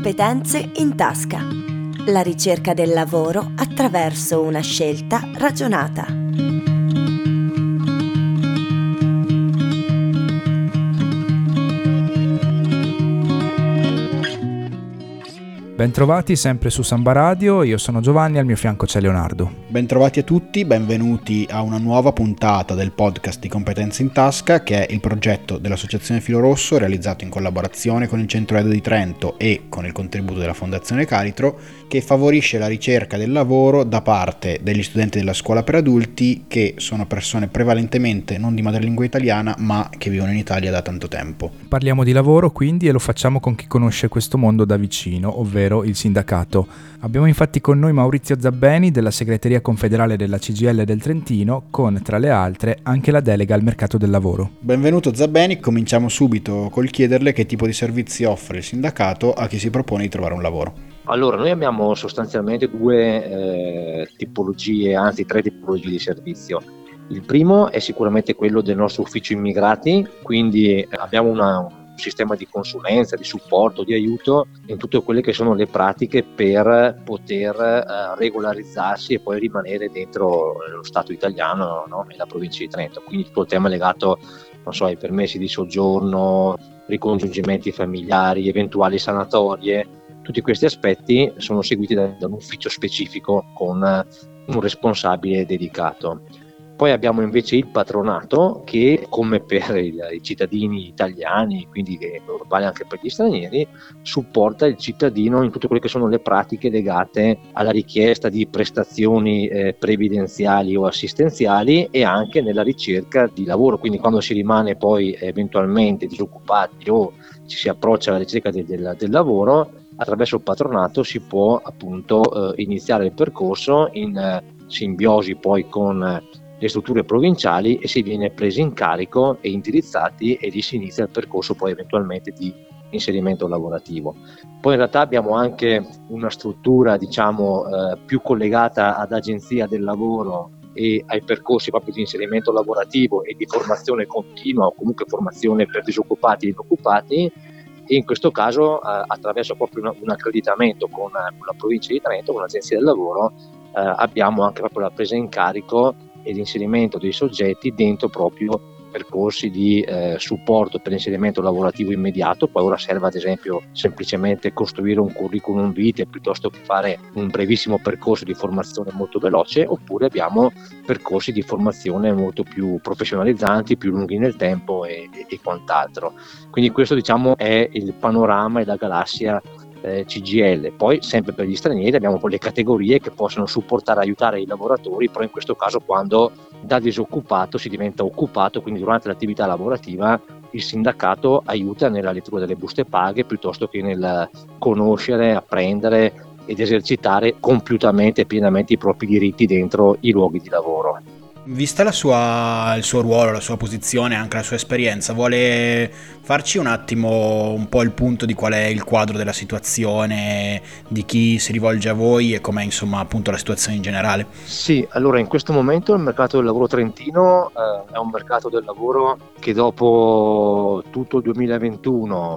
Competenze in tasca. La ricerca del lavoro attraverso una scelta ragionata. Bentrovati sempre su Samba Radio, io sono Giovanni, al mio fianco c'è Leonardo. Bentrovati a tutti, benvenuti a una nuova puntata del podcast di Competenze in Tasca, che è il progetto dell'Associazione Filo Rosso realizzato in collaborazione con il Centro Edo di Trento e con il contributo della Fondazione Caritro, che favorisce la ricerca del lavoro da parte degli studenti della scuola per adulti, che sono persone prevalentemente non di madrelingua italiana ma che vivono in Italia da tanto tempo. Parliamo di lavoro quindi, e lo facciamo con chi conosce questo mondo da vicino, ovvero il sindacato. Abbiamo infatti con noi Maurizio Zabbeni della segreteria confederale della CGIL del Trentino, con tra le altre anche la delega al mercato del lavoro. Benvenuto Zabbeni, cominciamo subito col chiederle che tipo di servizi offre il sindacato a chi si propone di trovare un lavoro. Allora, noi abbiamo sostanzialmente due tipologie, anzi tre tipologie di servizio. Il primo è sicuramente quello del nostro ufficio immigrati, quindi abbiamo un sistema di consulenza, di supporto, di aiuto in tutte quelle che sono le pratiche per poter regolarizzarsi e poi rimanere dentro lo Stato italiano, no? E la provincia di Trento. Quindi tutto il tema legato, ai permessi di soggiorno, ricongiungimenti familiari, eventuali sanatorie. Tutti questi aspetti sono seguiti da un ufficio specifico con un responsabile dedicato. Poi abbiamo invece il patronato che, come per i cittadini italiani, quindi che vale anche per gli stranieri, supporta il cittadino in tutte quelle che sono le pratiche legate alla richiesta di prestazioni previdenziali o assistenziali e anche nella ricerca di lavoro. Quindi quando si rimane poi eventualmente disoccupati o ci si approccia alla ricerca del lavoro, attraverso il patronato si può appunto iniziare il percorso in simbiosi poi con le strutture provinciali e si viene presi in carico e indirizzati e lì si inizia il percorso poi eventualmente di inserimento lavorativo. Poi in realtà abbiamo anche una struttura più collegata ad agenzia del lavoro e ai percorsi proprio di inserimento lavorativo e di formazione continua o comunque formazione per disoccupati e inoccupati, e in questo caso attraverso proprio un accreditamento con la provincia di Trento, con l'agenzia del lavoro, abbiamo anche proprio la presa in carico e l'inserimento dei soggetti dentro proprio percorsi di supporto per l'inserimento lavorativo immediato. Poi ora serve ad esempio semplicemente costruire un curriculum vitae piuttosto che fare un brevissimo percorso di formazione molto veloce, oppure abbiamo percorsi di formazione molto più professionalizzanti, più lunghi nel tempo e quant'altro. Quindi questo è il panorama e la galassia CGIL. Poi sempre per gli stranieri abbiamo poi le categorie che possono supportare e aiutare i lavoratori, però in questo caso quando da disoccupato si diventa occupato, quindi durante l'attività lavorativa il sindacato aiuta nella lettura delle buste paghe piuttosto che nel conoscere, apprendere ed esercitare compiutamente e pienamente i propri diritti dentro i luoghi di lavoro. Vista il suo ruolo, la sua posizione, anche la sua esperienza, vuole farci un attimo un po' il punto di qual è il quadro della situazione, di chi si rivolge a voi e com'è appunto la situazione in generale? Sì, allora in questo momento il mercato del lavoro trentino è un mercato del lavoro che dopo tutto il 2021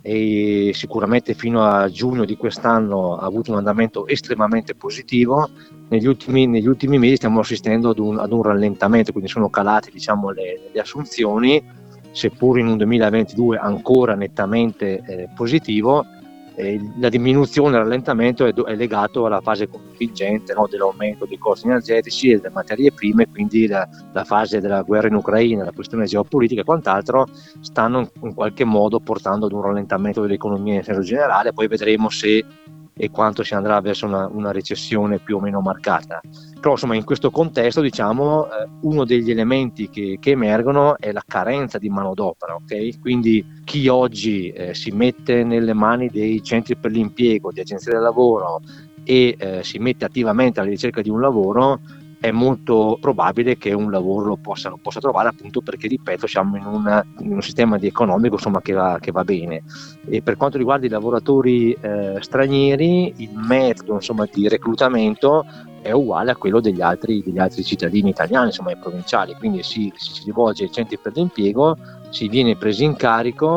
e sicuramente fino a giugno di quest'anno ha avuto un andamento estremamente positivo. Negli ultimi mesi stiamo assistendo ad un rallentamento, quindi sono calate le assunzioni, seppur in un 2022 ancora nettamente positivo. La diminuzione, il rallentamento è legato alla fase contingente, no, dell'aumento dei costi energetici e delle materie prime, quindi la fase della guerra in Ucraina, la questione geopolitica e quant'altro stanno in qualche modo portando ad un rallentamento dell'economia in senso generale. Poi vedremo se e quanto si andrà verso una recessione più o meno marcata. Però in questo contesto uno degli elementi che emergono è la carenza di manodopera, ok? Quindi chi oggi si mette nelle mani dei centri per l'impiego, di agenzie del lavoro e si mette attivamente alla ricerca di un lavoro, è molto probabile che un lavoro lo possa trovare, appunto perché, ripeto, siamo in un sistema di economico che va bene. E per quanto riguarda i lavoratori stranieri, il metodo di reclutamento è uguale a quello degli altri cittadini italiani, i provinciali. Quindi si rivolge ai centri per l'impiego, si viene presi in carico,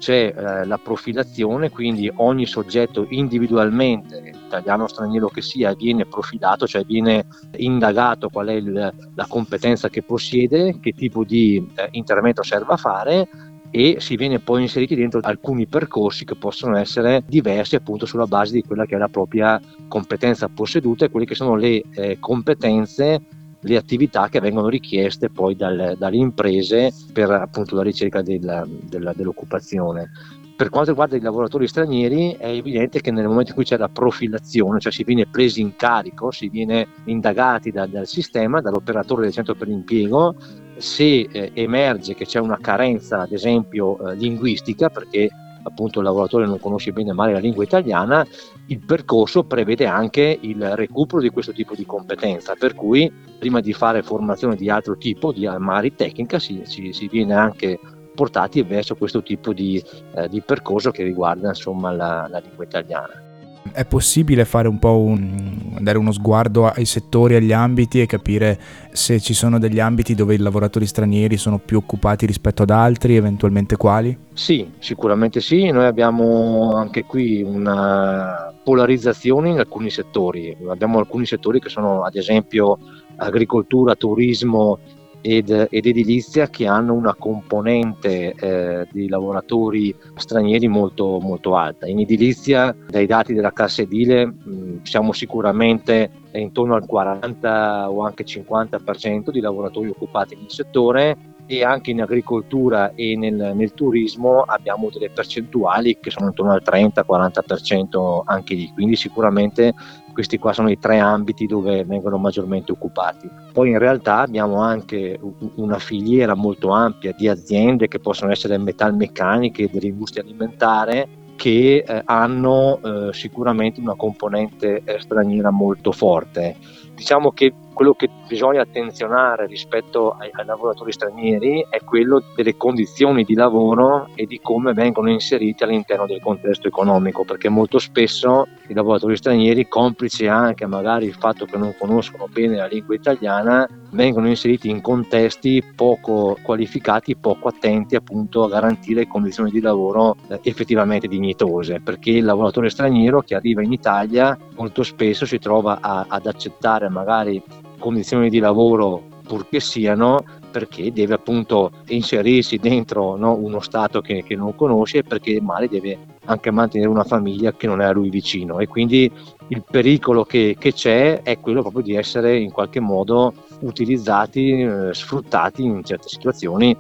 c'è la profilazione, quindi ogni soggetto individualmente, italiano o straniero che sia, viene profilato, cioè viene indagato qual è la competenza che possiede, che tipo di intervento serve a fare, e si viene poi inseriti dentro alcuni percorsi che possono essere diversi appunto sulla base di quella che è la propria competenza posseduta e quelle che sono le competenze, le attività che vengono richieste poi dalle imprese per appunto la ricerca dell'occupazione. Per quanto riguarda i lavoratori stranieri, è evidente che nel momento in cui c'è la profilazione, cioè si viene presi in carico, si viene indagati dal sistema, dall'operatore del centro per l'impiego, se emerge che c'è una carenza, ad esempio linguistica, perché appunto il lavoratore non conosce bene male la lingua italiana, il percorso prevede anche il recupero di questo tipo di competenza, per cui prima di fare formazione di altro tipo, di magari tecnica, si viene anche portati verso questo tipo di percorso che riguarda insomma la lingua italiana. È possibile fare un po' dare uno sguardo ai settori, agli ambiti e capire se ci sono degli ambiti dove i lavoratori stranieri sono più occupati rispetto ad altri, eventualmente quali? Sì, sicuramente sì. Noi abbiamo anche qui una polarizzazione in alcuni settori. Abbiamo alcuni settori che sono ad esempio agricoltura, turismo ed edilizia, che hanno una componente di lavoratori stranieri molto, molto alta. In edilizia, dai dati della Cassa Edile, siamo sicuramente intorno al 40 o anche 50% di lavoratori occupati nel settore, e anche in agricoltura e nel turismo abbiamo delle percentuali che sono intorno al 30-40% anche lì, quindi sicuramente questi qua sono i 3 ambiti dove vengono maggiormente occupati. Poi in realtà abbiamo anche una filiera molto ampia di aziende che possono essere metalmeccaniche, dell'industria alimentare, che hanno sicuramente una componente straniera molto forte. Diciamo che quello che bisogna attenzionare rispetto ai lavoratori stranieri è quello delle condizioni di lavoro e di come vengono inseriti all'interno del contesto economico, perché molto spesso i lavoratori stranieri, complice anche magari il fatto che non conoscono bene la lingua italiana, vengono inseriti in contesti poco qualificati, poco attenti appunto a garantire condizioni di lavoro effettivamente dignitose, perché il lavoratore straniero che arriva in Italia molto spesso si trova ad accettare magari condizioni di lavoro purché siano, perché deve appunto inserirsi dentro uno stato che non conosce, perché magari deve anche mantenere una famiglia che non è a lui vicino, e quindi il pericolo che c'è è quello proprio di essere in qualche modo utilizzati, sfruttati in certe situazioni,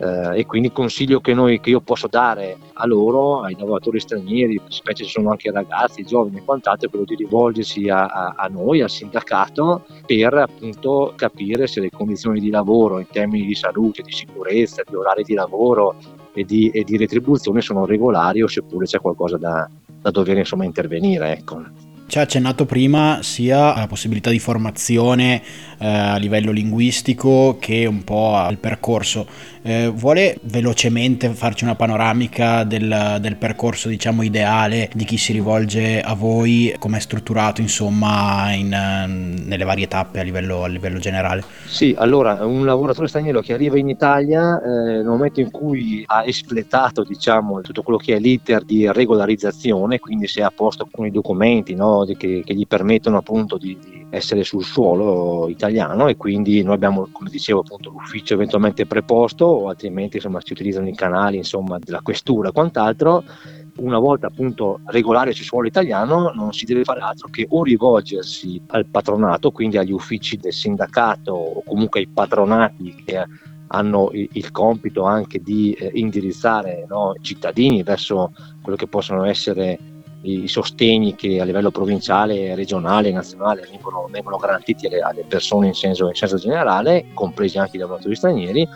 e quindi il consiglio che io posso dare a loro, ai lavoratori stranieri, specie se sono anche ragazzi, giovani e quant'altro, è quello di rivolgersi a noi, al sindacato, per appunto capire se le condizioni di lavoro in termini di salute, di sicurezza, di orari di lavoro e di retribuzione sono regolari, o seppure c'è qualcosa da dover insomma intervenire, ecco. Ci ha accennato prima sia alla possibilità di formazione a livello linguistico che un po' al percorso. Vuole velocemente farci una panoramica del percorso, diciamo, ideale di chi si rivolge a voi, come è strutturato insomma nelle varie tappe a livello generale? Sì, allora un lavoratore straniero che arriva in Italia nel momento in cui ha espletato, diciamo, tutto quello che è l'iter di regolarizzazione, quindi se è a posto con i documenti, no, che gli permettono appunto di essere sul suolo italiano, e quindi noi abbiamo, come dicevo, appunto l'ufficio eventualmente preposto, o altrimenti insomma si utilizzano i canali insomma della questura e quant'altro. Una volta appunto regolare sul suolo italiano, non si deve fare altro che o rivolgersi al patronato, quindi agli uffici del sindacato o comunque ai patronati che hanno il compito anche di indirizzare cittadini verso quello che possono essere i sostegni che a livello provinciale, regionale e nazionale vengono garantiti alle persone in senso generale, compresi anche i lavoratori stranieri,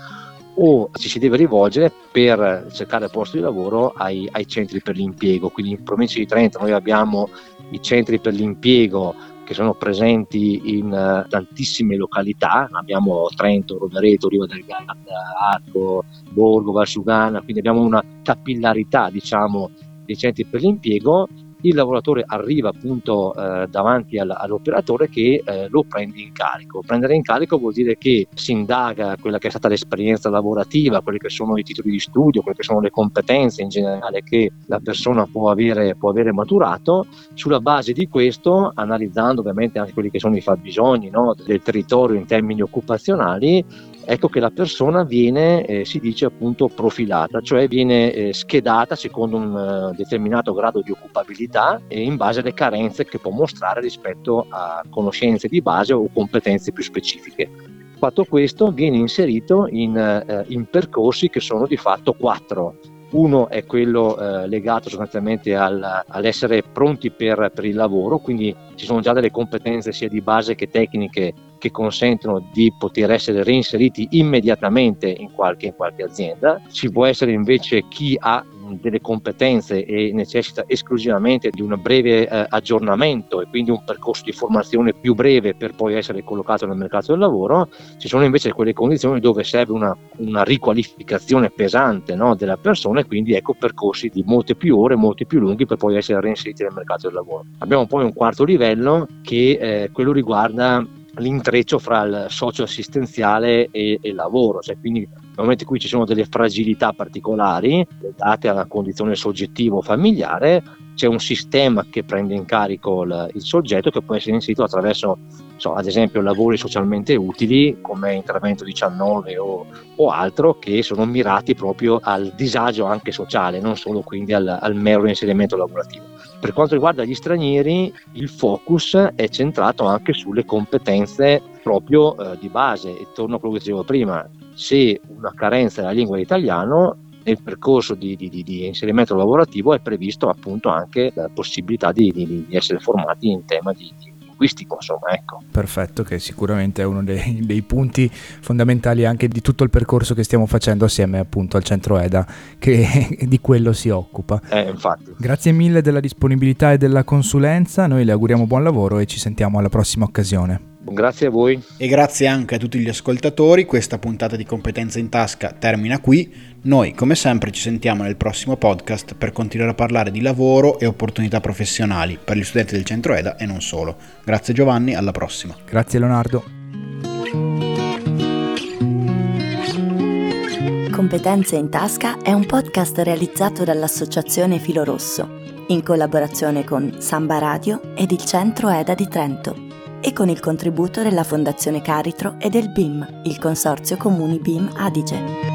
o ci si deve rivolgere per cercare posto di lavoro ai centri per l'impiego. Quindi in provincia di Trento noi abbiamo i centri per l'impiego che sono presenti in tantissime località, abbiamo Trento, Rovereto, Riva del Garda, Arco, Borgo, Valsugana, quindi abbiamo una capillarità, diciamo, dei centri per l'impiego, il lavoratore arriva appunto davanti all'operatore che lo prende in carico. Prendere in carico vuol dire che si indaga quella che è stata l'esperienza lavorativa, quelli che sono i titoli di studio, quelle che sono le competenze in generale che la persona può avere maturato. Sulla base di questo, analizzando ovviamente anche quelli che sono i fabbisogni, no, del territorio in termini occupazionali, ecco che la persona viene, si dice appunto, profilata, cioè viene schedata secondo un determinato grado di occupabilità e in base alle carenze che può mostrare rispetto a conoscenze di base o competenze più specifiche. Fatto questo, viene inserito in percorsi che sono di fatto 4. Uno è quello legato sostanzialmente all'essere pronti per il lavoro, quindi ci sono già delle competenze sia di base che tecniche che consentono di poter essere reinseriti immediatamente in qualche azienda. Ci può essere invece chi ha delle competenze e necessita esclusivamente di un breve aggiornamento e quindi un percorso di formazione più breve per poi essere collocato nel mercato del lavoro. Ci sono invece quelle condizioni dove serve una riqualificazione pesante, no, della persona, e quindi ecco percorsi di molte più ore, molti più lunghi per poi essere reinseriti nel mercato del lavoro. Abbiamo poi un quarto livello che quello riguarda l'intreccio fra il socio-assistenziale e il lavoro, cioè quindi nel momento in cui ci sono delle fragilità particolari legate alla condizione soggettiva o familiare, c'è un sistema che prende in carico il soggetto, che può essere inserito attraverso ad esempio lavori socialmente utili come intervento 19 o altro, che sono mirati proprio al disagio anche sociale, non solo quindi al mero inserimento lavorativo. Per quanto riguarda gli stranieri, il focus è centrato anche sulle competenze proprio di base, e torno a quello che dicevo prima: se una carenza della lingua dell'italiano, nel percorso di inserimento lavorativo è previsto appunto anche la possibilità di essere formati in tema di linguistico, insomma, ecco. Perfetto, che sicuramente è uno dei punti fondamentali anche di tutto il percorso che stiamo facendo assieme appunto al centro EDA, che di quello si occupa. Infatti. Grazie mille della disponibilità e della consulenza, noi le auguriamo buon lavoro e ci sentiamo alla prossima occasione. Grazie a voi. E grazie anche a tutti gli ascoltatori. Questa puntata di Competenze in Tasca termina qui. Noi, come sempre, ci sentiamo nel prossimo podcast per continuare a parlare di lavoro e opportunità professionali per gli studenti del centro EDA e non solo. Grazie Giovanni, alla prossima. Grazie Leonardo. Competenze in Tasca è un podcast realizzato dall'Associazione Filo Rosso, in collaborazione con Samba Radio ed il centro EDA di Trento, e con il contributo della Fondazione Caritro e del BIM, il Consorzio Comuni BIM Adige.